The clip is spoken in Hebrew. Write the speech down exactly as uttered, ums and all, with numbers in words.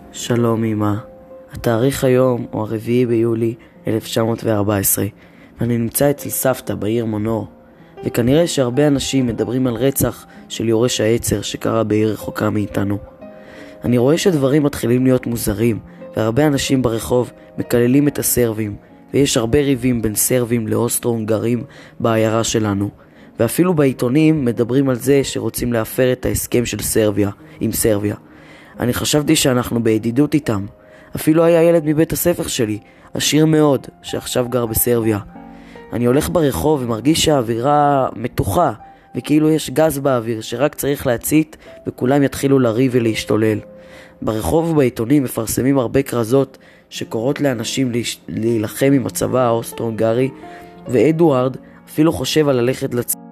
שלום אמא, התאריך היום הוא הרביעי ביולי אלף תשע מאות וארבע עשרה ואני נמצא אצל סבתא בעיר מונור, וכנראה שהרבה אנשים מדברים על רצח של יורש העצר שקרה בעיר רחוקה מאיתנו. אני רואה שדברים מתחילים להיות מוזרים, והרבה אנשים ברחוב מקללים את הסרבים, ויש הרבה ריבים בין סרבים לאוסטרו-הונגרים בעיירה שלנו, ואפילו בעיתונים מדברים על זה שרוצים להפר את ההסכם של סרביה עם סרביה. אני חשבתי שאנחנו בידידות איתם. אפילו היה ילד מבית הספר שלי, עשיר מאוד, שעכשיו גר בסרביה. אני הולך ברחוב ומרגיש שהאווירה מתוחה, וכאילו יש גז באוויר שרק צריך להצית וכולם יתחילו לריב ולהשתולל. ברחוב ובעיתונים מפרסמים הרבה כרזות שקוראות לאנשים להילחם עם הצבא האוסטרו-הונגרי, ואדוארד אפילו חושב על ללכת לצבא.